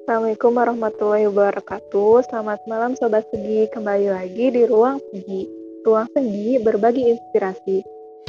Assalamualaikum warahmatullahi wabarakatuh. Selamat malam Sobat Segi. Kembali lagi di Ruang Segi. Ruang Segi berbagi inspirasi.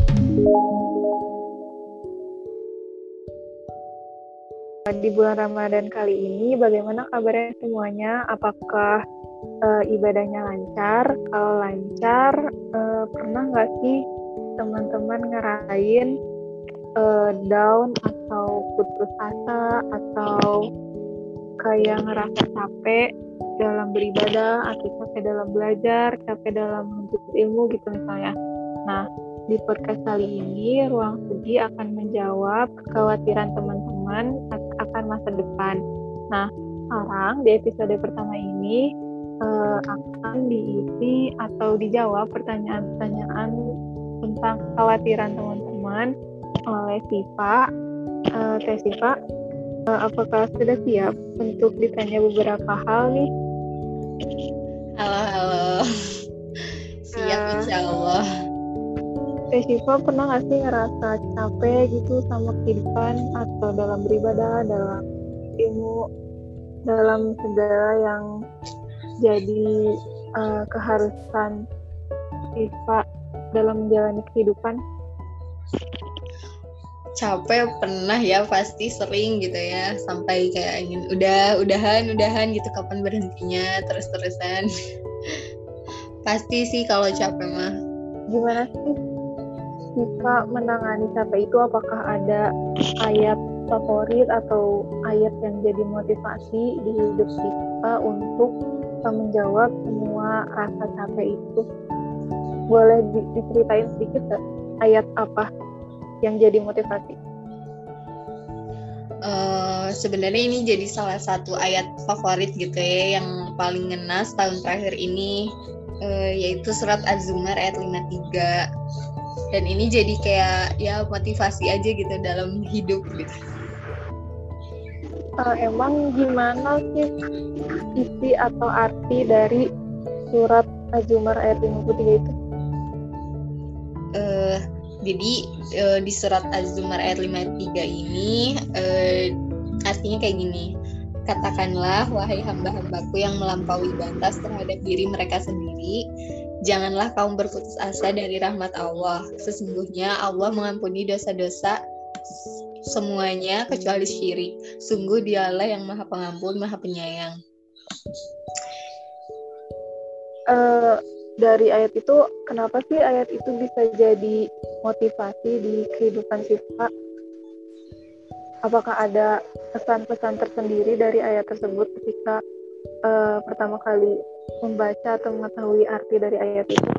Di bulan Ramadan kali ini, bagaimana kabarnya semuanya? Apakah ibadahnya lancar? Kalau lancar, pernah nggak sih teman-teman ngerasain down atau putus asa atau kayak ngerasa capek dalam beribadah atau capek dalam belajar, capek dalam menuntut ilmu gitu misalnya. Nah, di podcast kali ini Ruang Segi akan menjawab kekhawatiran teman-teman akan masa depan. Nah, sekarang di episode pertama ini akan diisi atau dijawab pertanyaan-pertanyaan tentang kekhawatiran teman-teman oleh Siva. Teh Siva, apakah sudah siap untuk ditanya beberapa hal nih? Halo. Siap insya Allah. Teh Siva pernah nggak sih ngerasa capek gitu sama kehidupan atau dalam beribadah, dalam ilmu, dalam segala yang jadi keharusan Siva dalam menjalani kehidupan? Capek pernah ya, pasti sering gitu ya, sampai kayak ingin udahan gitu, kapan berhentinya, terus-terusan. Pasti sih kalau capek mah. Gimana sih Siva menangani capek itu? Apakah ada ayat favorit atau ayat yang jadi motivasi di hidup Siva untuk menjawab semua rasa capek itu? Boleh diceritain sedikit gak ayat apa yang jadi motivasi? Sebenarnya ini jadi salah satu ayat favorit gitu ya, yang paling ngena setahun terakhir ini, yaitu surat Az-Zumar ayat 53. Dan ini jadi kayak ya motivasi aja gitu dalam hidup gitu. Emang gimana sih isi atau arti dari surat Az-Zumar ayat 53 itu? Jadi di surat Az-Zumar ayat 53 ini artinya kayak gini. Katakanlah, wahai hamba-hambaku yang melampaui batas terhadap diri mereka sendiri, janganlah kaum berputus asa dari rahmat Allah. Sesungguhnya Allah mengampuni dosa-dosa semuanya kecuali syirik. Sungguh Dialah yang Maha Pengampun, Maha Penyayang. Dari ayat itu, kenapa sih ayat itu bisa jadi motivasi di kehidupan Siva? Apakah ada pesan-pesan tersendiri dari ayat tersebut ketika pertama kali membaca atau mengetahui arti dari ayat itu?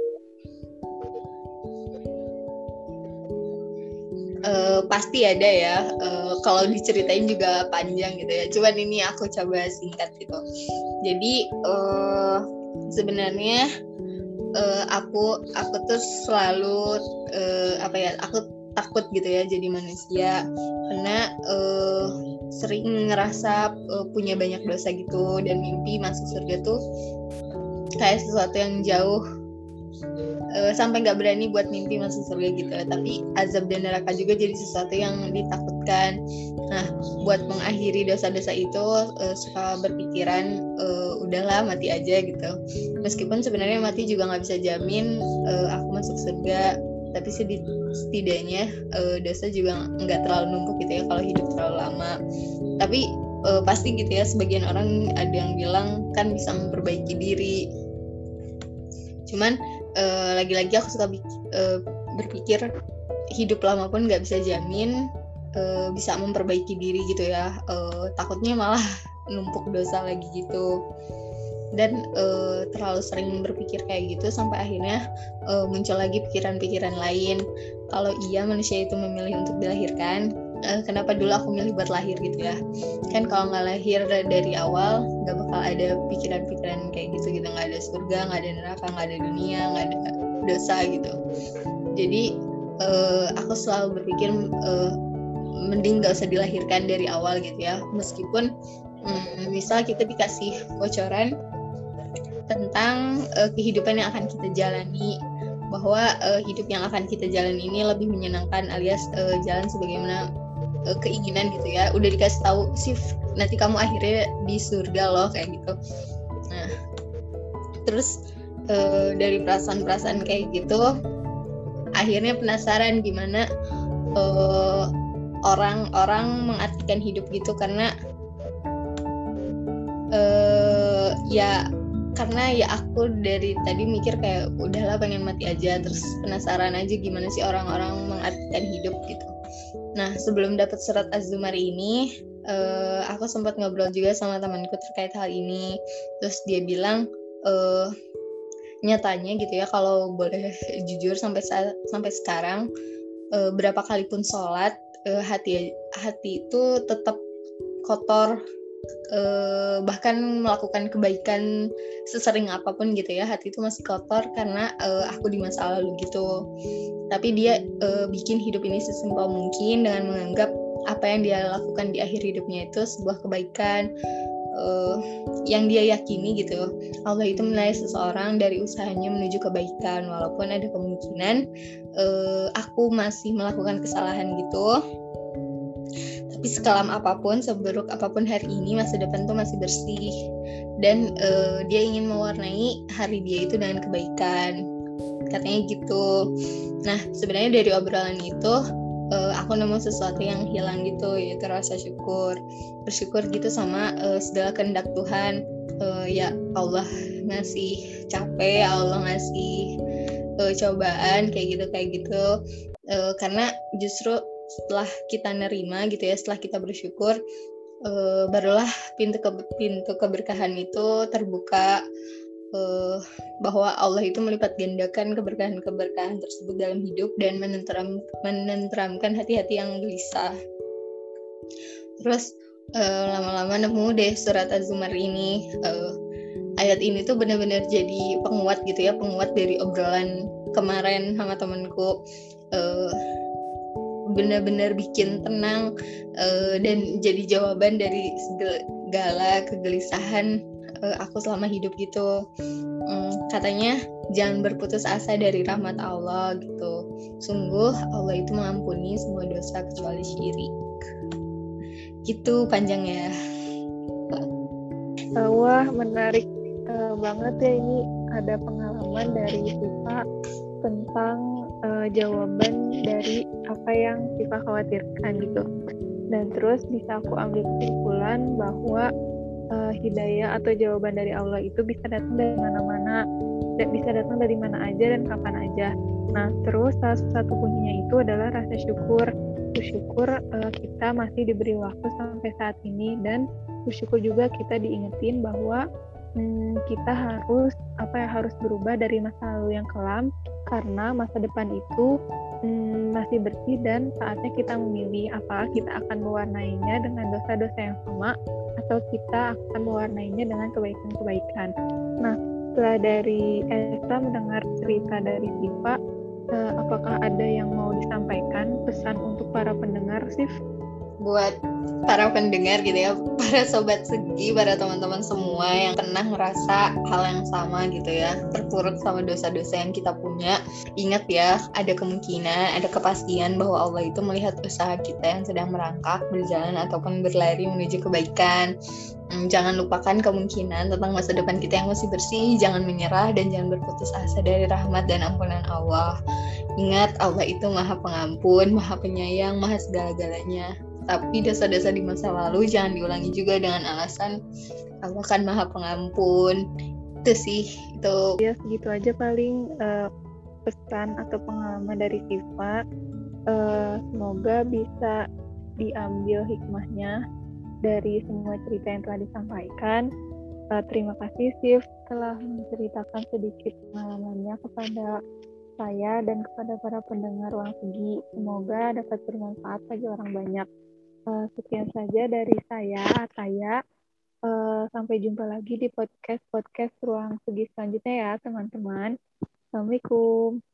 Pasti ada ya. Kalau diceritain juga panjang gitu ya. Cuman ini aku coba singkat gitu. Jadi sebenarnya aku tuh selalu aku takut gitu ya jadi manusia, karena sering ngerasa punya banyak dosa gitu, dan mimpi masuk surga tuh kayak sesuatu yang jauh, sampai nggak berani buat mimpi masuk surga gitu. Tapi azab dan neraka juga jadi sesuatu yang ditakutkan. Nah, buat mengakhiri dosa-dosa itu suka berpikiran udahlah mati aja gitu. Meskipun sebenarnya mati juga nggak bisa jamin aku masuk surga, tapi setidaknya dosa juga nggak terlalu numpuk gitu ya kalau hidup terlalu lama. Tapi pasti gitu ya, sebagian orang ada yang bilang kan bisa memperbaiki diri. Cuman lagi-lagi aku suka berpikir hidup lama pun nggak bisa jamin bisa memperbaiki diri gitu ya. Takutnya malah numpuk dosa lagi gitu. Dan terlalu sering berpikir kayak gitu sampai akhirnya muncul lagi pikiran-pikiran lain. Kalau iya manusia itu memilih untuk dilahirkan, kenapa dulu aku milih buat lahir gitu ya? Kan kalau nggak lahir dari awal nggak bakal ada pikiran-pikiran kayak gitu, nggak ada surga, nggak ada neraka, nggak ada dunia, nggak ada dosa gitu. Jadi aku selalu berpikir mending nggak usah dilahirkan dari awal gitu ya. Meskipun misal kita dikasih bocoran tentang kehidupan yang akan kita jalani, bahwa hidup yang akan kita jalani ini lebih menyenangkan, alias jalan sebagaimana keinginan gitu ya, udah dikasih tahu sih nanti kamu akhirnya di surga loh kayak gitu. Nah terus dari perasaan-perasaan kayak gitu akhirnya penasaran gimana orang-orang mengartikan hidup gitu, karena ya karena ya aku dari tadi mikir kayak udahlah pengen mati aja, terus penasaran aja gimana sih orang-orang mengartikan hidup gitu. Nah sebelum dapat surat Az-Zumar ini aku sempat ngobrol juga sama temanku terkait hal ini, terus dia bilang nyatanya gitu ya, kalau boleh jujur sampai sekarang berapa kali pun sholat hati itu tetap kotor, bahkan melakukan kebaikan sesering apapun gitu ya, hati itu masih kotor karena aku di masa lalu gitu. Tapi dia bikin hidup ini sesimpel mungkin dengan menganggap apa yang dia lakukan di akhir hidupnya itu sebuah kebaikan yang dia yakini gitu. Allah itu menilai seseorang dari usahanya menuju kebaikan, walaupun ada kemungkinan aku masih melakukan kesalahan gitu. Tapi sekalam apapun, seburuk apapun hari ini, masa depan tuh masih bersih. Dan dia ingin mewarnai hari dia itu dengan kebaikan, katanya gitu. Nah sebenarnya dari obrolan itu aku nemu sesuatu yang hilang gitu, yaitu rasa syukur, bersyukur gitu sama segala kehendak Tuhan. Ya Allah ngasih capek, Allah ngasih cobaan kayak gitu karena justru setelah kita nerima gitu ya, setelah kita bersyukur barulah pintu keberkahan itu terbuka, bahwa Allah itu melipat gandakan keberkahan tersebut dalam hidup dan menenteramkan hati-hati yang gelisah. Terus lama-lama nemu deh surat Az-Zumar ini. Ayat ini tuh benar-benar jadi penguat gitu ya, penguat dari obrolan kemarin sama temanku. Benar-benar bikin tenang dan jadi jawaban dari segala kegelisahan aku selama hidup gitu. Katanya jangan berputus asa dari rahmat Allah gitu. Sungguh Allah itu mengampuni semua dosa kecuali syirik. Gitu panjangnya. Wah, menarik banget ya, ini ada pengalaman dari Siva tentang jawaban dari apa yang Siva khawatirkan gitu. Dan terus bisa aku ambil kesimpulan bahwa hidayah atau jawaban dari Allah itu bisa datang dari mana-mana, bisa datang dari mana aja dan kapan aja. Nah, terus salah satu kuncinya itu adalah rasa syukur. Bersyukur kita masih diberi waktu sampai saat ini, dan bersyukur juga kita diingetin bahwa kita harus berubah dari masa lalu yang kelam, karena masa depan itu masih bersih dan saatnya kita memilih apakah kita akan mewarnainya dengan dosa-dosa yang sama atau kita akan mewarnainya dengan kebaikan-kebaikan. Nah, setelah dari Elsa mendengar cerita dari Siva, apakah ada yang mau disampaikan pesan untuk para pendengar, Sif? Buat para pendengar gitu ya, para sobat segi, para teman-teman semua yang pernah ngerasa hal yang sama gitu ya, terpuruk sama dosa-dosa yang kita punya, ingat ya, ada kemungkinan, ada kepastian bahwa Allah itu melihat usaha kita yang sedang merangkak, berjalan ataupun berlari menuju kebaikan. Jangan lupakan kemungkinan tentang masa depan kita yang masih bersih, jangan menyerah dan jangan berputus asa dari rahmat dan ampunan Allah. Ingat, Allah itu Maha Pengampun, Maha Penyayang, Maha segala-galanya. Tapi dosa-dosa di masa lalu jangan diulangi juga dengan alasan Allah kan Maha Pengampun. Itu sih, itu. Ya, segitu aja paling pesan atau pengalaman dari Siva. Semoga bisa diambil hikmahnya dari semua cerita yang telah disampaikan. Terima kasih Sif telah menceritakan sedikit pengalamannya kepada saya dan kepada para pendengar Ruang Segi. Semoga dapat bermanfaat bagi orang banyak. Sekian saja dari saya, Ataya. Sampai jumpa lagi di podcast Ruang Segi selanjutnya ya, teman-teman. Assalamualaikum.